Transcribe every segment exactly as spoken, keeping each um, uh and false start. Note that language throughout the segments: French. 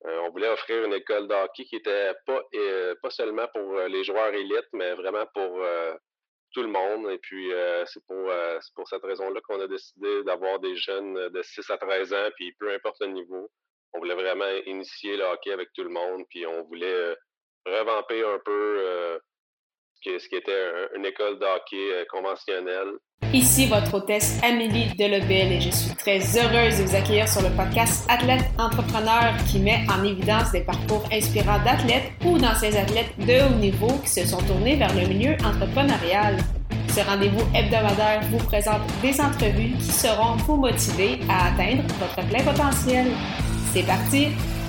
Euh, on voulait offrir une école de hockey qui était pas, euh, pas seulement pour les joueurs élites, mais vraiment pour euh, tout le monde. Et puis, euh, c'est pour, euh, c'est pour cette raison-là qu'on a décidé d'avoir des jeunes de six à treize ans, puis peu importe le niveau. On voulait vraiment initier le hockey avec tout le monde, puis on voulait euh, revamper un peu euh, ce, qui, ce qui était un, une école de hockey euh, conventionnelle. Ici votre hôtesse Amélie Delobel et je suis très heureuse de vous accueillir sur le podcast Athlète Entrepreneur qui met en évidence des parcours inspirants d'athlètes ou d'anciens athlètes de haut niveau qui se sont tournés vers le milieu entrepreneurial. Ce rendez-vous hebdomadaire vous présente des entrevues qui seront vous motiver à atteindre votre plein potentiel. C'est parti!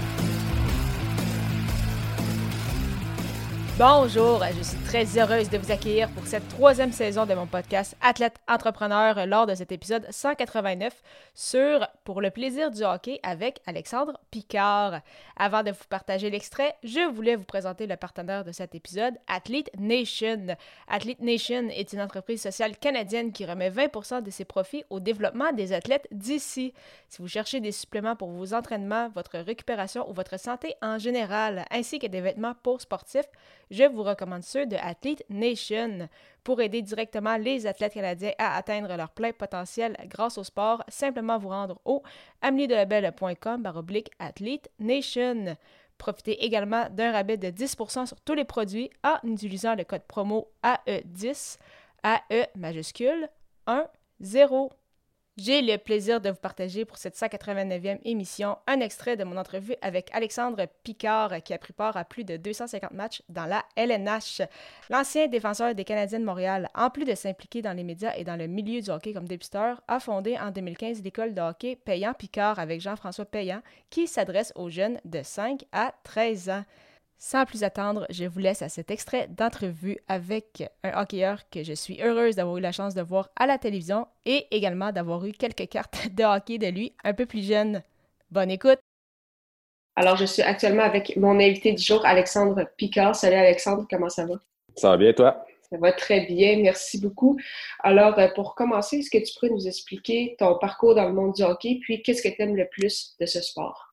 Bonjour, je suis très heureuse de vous accueillir pour cette troisième saison de mon podcast Athlète Entrepreneur lors de cet épisode cent quatre-vingt-neuf sur Pour le plaisir du hockey avec Alexandre Picard. Avant de vous partager l'extrait, je voulais vous présenter le partenaire de cet épisode, Athlete Nation. Athlete Nation est une entreprise sociale canadienne qui remet vingt pour cent de ses profits au développement des athlètes d'ici. Si vous cherchez des suppléments pour vos entraînements, votre récupération ou votre santé en général, ainsi que des vêtements pour sportifs, je vous recommande ceux de Athlete Nation. Pour aider directement les athlètes canadiens à atteindre leur plein potentiel grâce au sport, simplement vous rendre au ameliedelabel point com baroblique Athlete Nation. Profitez également d'un rabais de dix pour cent sur tous les produits en utilisant le code promo A E dix, A E majuscule un zéro. J'ai le plaisir de vous partager pour cette cent quatre-vingt-neuvième émission un extrait de mon entrevue avec Alexandre Picard qui a pris part à plus de deux cent cinquante matchs dans la L N H. L'ancien défenseur des Canadiens de Montréal, en plus de s'impliquer dans les médias et dans le milieu du hockey comme dépisteur, a fondé en deux mille quinze l'école de hockey Payant Picard avec Jean-François Payant qui s'adresse aux jeunes de cinq à treize ans. Sans plus attendre, je vous laisse à cet extrait d'entrevue avec un hockeyeur que je suis heureuse d'avoir eu la chance de voir à la télévision et également d'avoir eu quelques cartes de hockey de lui un peu plus jeune. Bonne écoute! Alors, je suis actuellement avec mon invité du jour, Alexandre Picard. Salut Alexandre, comment ça va? Ça va bien, toi? Ça va très bien, merci beaucoup. Alors, pour commencer, est-ce que tu pourrais nous expliquer ton parcours dans le monde du hockey, puis qu'est-ce que tu aimes le plus de ce sport?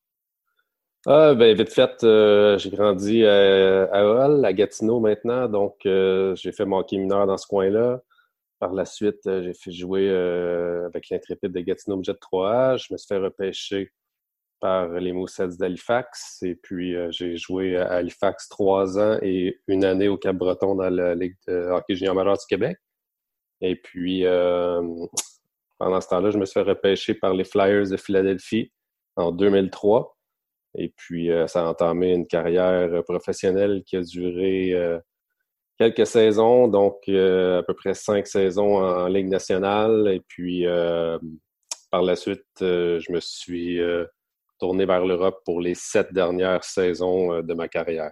Ah, ben, vite fait, euh, j'ai grandi à, à Hull, à Gatineau maintenant, donc euh, j'ai fait mon hockey mineur dans ce coin-là. Par la suite, euh, j'ai fait jouer euh, avec l'Intrépide de Gatineau Midget trois A. Je me suis fait repêcher par les Moussets d'Halifax et puis euh, j'ai joué à Halifax trois ans et une année au Cap-Breton dans la Ligue de hockey junior majeur du Québec. Et puis, euh, pendant ce temps-là, je me suis fait repêcher par les Flyers de Philadelphie en deux mille trois. Et puis, euh, ça a entamé une carrière professionnelle qui a duré euh, quelques saisons, donc euh, à peu près cinq saisons en, en Ligue nationale. Et puis, euh, par la suite, euh, je me suis euh, tourné vers l'Europe pour les sept dernières saisons euh, de ma carrière.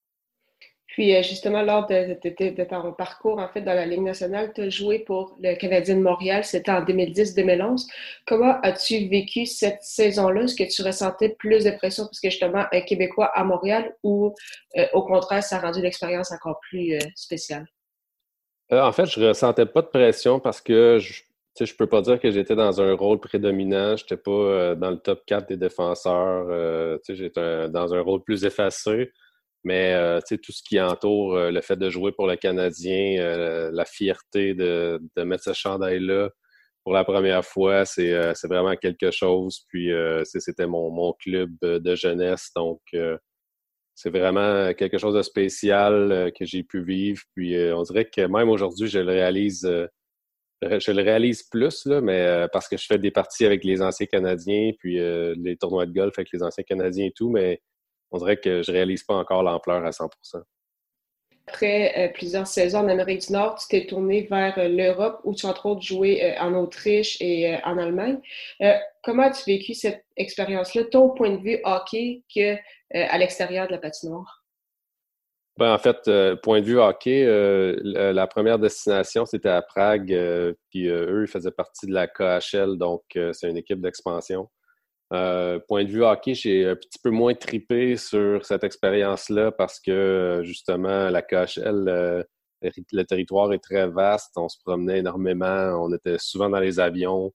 Puis justement, lors de, de, de, de ton parcours en fait dans la Ligue nationale, tu as joué pour le Canadien de Montréal, c'était en deux mille dix deux mille onze. Comment as-tu vécu cette saison-là? Est-ce que tu ressentais plus de pression parce que justement un Québécois à Montréal ou euh, au contraire, ça a rendu l'expérience encore plus euh, spéciale? Euh, en fait, je ressentais pas de pression parce que je Tu sais, je peux pas dire que j'étais dans un rôle prédominant. J'étais pas euh, dans le top quatre des défenseurs. Euh, tu sais, j'étais un- dans un rôle plus effacé. Mais euh, tu sais, tout ce qui entoure euh, le fait de jouer pour le Canadien, euh, la fierté de, de mettre ce chandail-là pour la première fois, c'est euh, c'est vraiment quelque chose. Puis euh, c'est- c'était mon, mon club de jeunesse. Donc, euh, c'est vraiment quelque chose de spécial euh, que j'ai pu vivre. Puis euh, on dirait que même aujourd'hui, je le réalise. euh, je le réalise plus, là, mais euh, parce que je fais des parties avec les anciens Canadiens, puis euh, les tournois de golf avec les anciens Canadiens et tout, mais on dirait que je réalise pas encore l'ampleur à cent pour cent. Après euh, plusieurs saisons en Amérique du Nord, tu t'es tourné vers euh, l'Europe où tu as entre autres joué euh, en Autriche et euh, en Allemagne. Euh, comment as-tu vécu cette expérience-là, ton point de vue hockey que, euh, à l'extérieur de la patinoire? Ben, en fait, euh, point de vue hockey, euh, la, la première destination, c'était à Prague, euh, puis euh, eux, ils faisaient partie de la K H L, donc euh, c'est une équipe d'expansion. Euh, point de vue hockey, j'ai un petit peu moins trippé sur cette expérience-là parce que justement, la K H L, euh, le territoire est très vaste, on se promenait énormément, on était souvent dans les avions.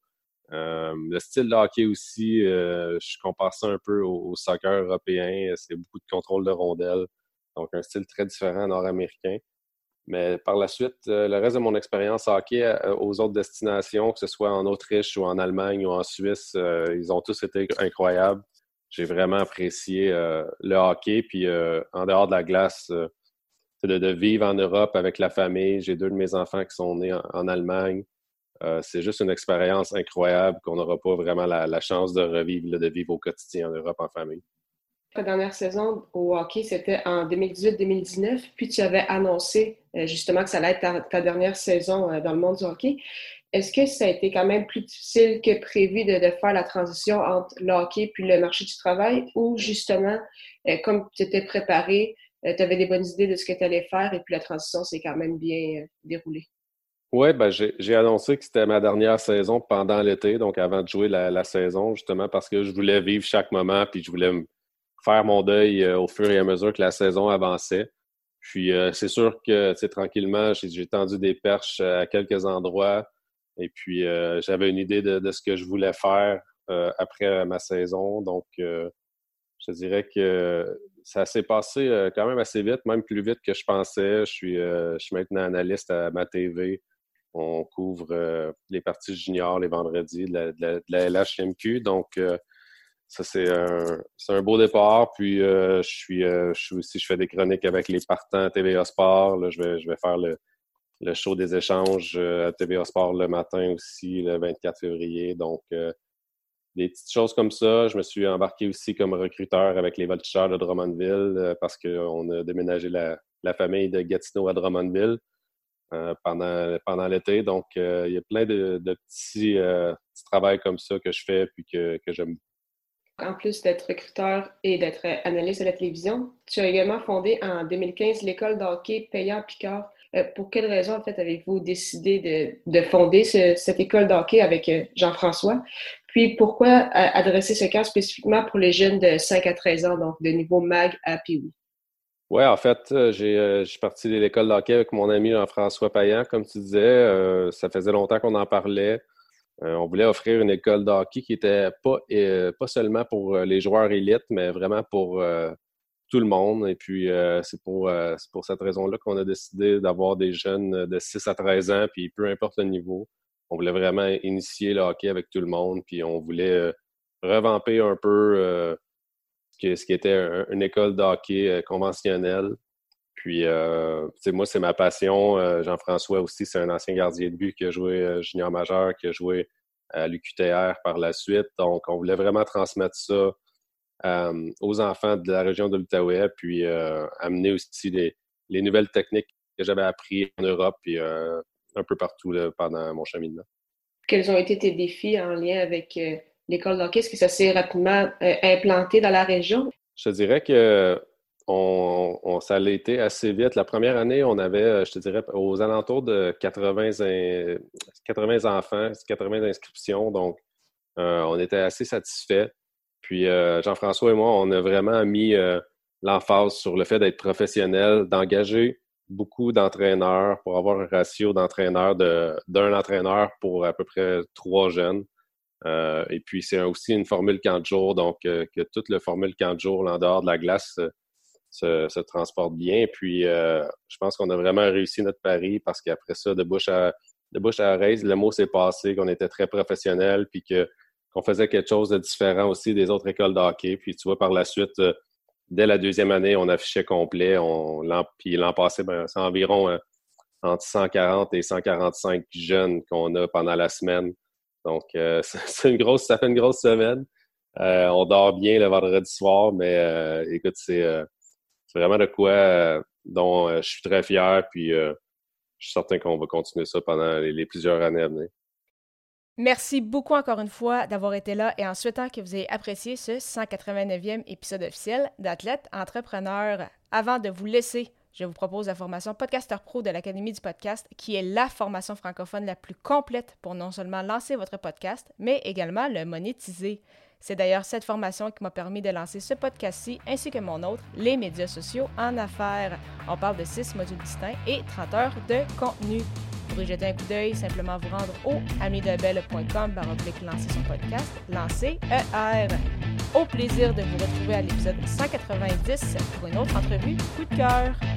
Euh, le style de hockey aussi, euh, je compare ça un peu au, au soccer européen. C'est beaucoup de contrôle de rondelles, donc un style très différent nord-américain. Mais par la suite, euh, le reste de mon expérience hockey euh, aux autres destinations, que ce soit en Autriche ou en Allemagne ou en Suisse, euh, ils ont tous été incroyables. J'ai vraiment apprécié euh, le hockey. Puis euh, en dehors de la glace, euh, de, de vivre en Europe avec la famille. J'ai deux de mes enfants qui sont nés en, en Allemagne. Euh, c'est juste une expérience incroyable qu'on n'aura pas vraiment la, la chance de revivre, là, de vivre au quotidien en Europe en famille. Ta dernière saison au hockey, c'était en deux mille dix-huit deux mille dix-neuf, puis tu avais annoncé euh, justement que ça allait être ta, ta dernière saison euh, dans le monde du hockey. Est-ce que ça a été quand même plus difficile que prévu de, de faire la transition entre le hockey puis le marché du travail, ou justement, euh, comme tu étais préparé, euh, tu avais des bonnes idées de ce que tu allais faire et puis la transition s'est quand même bien euh, déroulée? Oui, ben j'ai, j'ai annoncé que c'était ma dernière saison pendant l'été, donc avant de jouer la, la saison, justement parce que je voulais vivre chaque moment puis je voulais me faire mon deuil euh, au fur et à mesure que la saison avançait. Puis euh, c'est sûr que, tu sais, tranquillement, j'ai, j'ai tendu des perches à quelques endroits et puis euh, j'avais une idée de, de ce que je voulais faire euh, après ma saison. Donc, euh, je dirais que ça s'est passé euh, quand même assez vite, même plus vite que je pensais. Je suis, euh, je suis maintenant analyste à ma T V. On couvre euh, les parties juniors les vendredis de la, de la, de la L H M Q. Donc, euh, ça, c'est un, c'est un beau départ. Puis, euh, je suis, euh, je suis aussi, je fais des chroniques avec les partants à T V A Sport. Là, je vais, je vais faire le, le show des échanges à T V A Sport le matin aussi, le vingt-quatre février. Donc, euh, des petites choses comme ça. Je me suis embarqué aussi comme recruteur avec les Voltigeurs de Drummondville euh, parce qu'on a déménagé la, la famille de Gatineau à Drummondville euh, pendant, pendant l'été. Donc, euh, il y a plein de, de petits, euh, petits travails comme ça que je fais puis que, que j'aime. En plus d'être recruteur et d'être analyste à la télévision, tu as également fondé en deux mille quinze l'école de hockey Payard-Picard. Euh, pour quelle raison, en fait, avez-vous décidé de, de fonder ce, cette école de hockey avec euh, Jean-François? Puis, pourquoi euh, adresser ce camp spécifiquement pour les jeunes de cinq à treize ans, donc de niveau M A G à P W I? Oui, en fait, j'ai, euh, j'ai parti de l'école de hockey avec mon ami Jean-François Payan, comme tu disais. Euh, ça faisait longtemps qu'on en parlait. Euh, on voulait offrir une école de hockey qui était pas, euh, pas seulement pour les joueurs élites, mais vraiment pour euh, tout le monde. Et puis, euh, c'est pour, euh, c'est pour cette raison-là qu'on a décidé d'avoir des jeunes de six à treize ans, puis peu importe le niveau. On voulait vraiment initier le hockey avec tout le monde, puis on voulait euh, revamper un peu euh, ce, qui, ce qui était un, une école de hockey euh, conventionnelle. Puis, euh, tu sais, moi, c'est ma passion. Euh, Jean-François aussi, c'est un ancien gardien de but qui a joué euh, junior majeur, qui a joué à l'U Q T R par la suite. Donc, on voulait vraiment transmettre ça euh, aux enfants de la région de l'Outaouais, puis euh, amener aussi les, les nouvelles techniques que j'avais apprises en Europe et euh, un peu partout là, pendant mon cheminement. Quels ont été tes défis en lien avec euh, l'école de hockey? Est-ce que ça s'est rapidement euh, implanté dans la région? Je te dirais que on, on, ça a été assez vite. La première année, on avait, je te dirais, aux alentours de quatre-vingts, quatre-vingts enfants, quatre-vingts inscriptions. Donc, euh, on était assez satisfaits. Puis, euh, Jean-François et moi, on a vraiment mis euh, l'emphase sur le fait d'être professionnel, d'engager beaucoup d'entraîneurs pour avoir un ratio d'entraîneurs de, d'un entraîneur pour à peu près trois jeunes. Euh, et puis, c'est aussi une formule camp de jour, donc euh, que toute la formule camp de jour, en dehors de la glace, euh, se, se transporte bien. Et puis, euh, je pense qu'on a vraiment réussi notre pari parce qu'après ça, de bouche à, de bouche à oreille, le mot s'est passé, qu'on était très professionnels, puis que, qu'on faisait quelque chose de différent aussi des autres écoles de hockey. Puis, tu vois, par la suite, euh, dès la deuxième année, on affichait complet. On, l'an, puis l'an passé, ben, c'est environ euh, entre cent quarante et cent quarante-cinq jeunes qu'on a pendant la semaine. Donc, euh, c'est une grosse, ça fait une grosse semaine. Euh, on dort bien le vendredi soir, mais euh, écoute, c'est, euh, c'est vraiment de quoi euh, dont euh, je suis très fier. Puis, euh, je suis certain qu'on va continuer ça pendant les, les plusieurs années à venir. Merci beaucoup encore une fois d'avoir été là et en souhaitant que vous ayez apprécié ce cent quatre-vingt-neuvième épisode officiel d'Athlète Entrepreneur. Avant de vous laisser, je vous propose la formation Podcaster Pro de l'Académie du podcast, qui est la formation francophone la plus complète pour non seulement lancer votre podcast, mais également le monétiser. C'est d'ailleurs cette formation qui m'a permis de lancer ce podcast-ci, ainsi que mon autre, les médias sociaux en affaires. On parle de six modules distincts et trente heures de contenu. pour y jeter un coup d'œil, simplement vous rendre au amidebelle point com baroblique lancer son podcast, lancer E R. Au plaisir de vous retrouver à l'épisode cent quatre-vingt-dix pour une autre entrevue coup de cœur.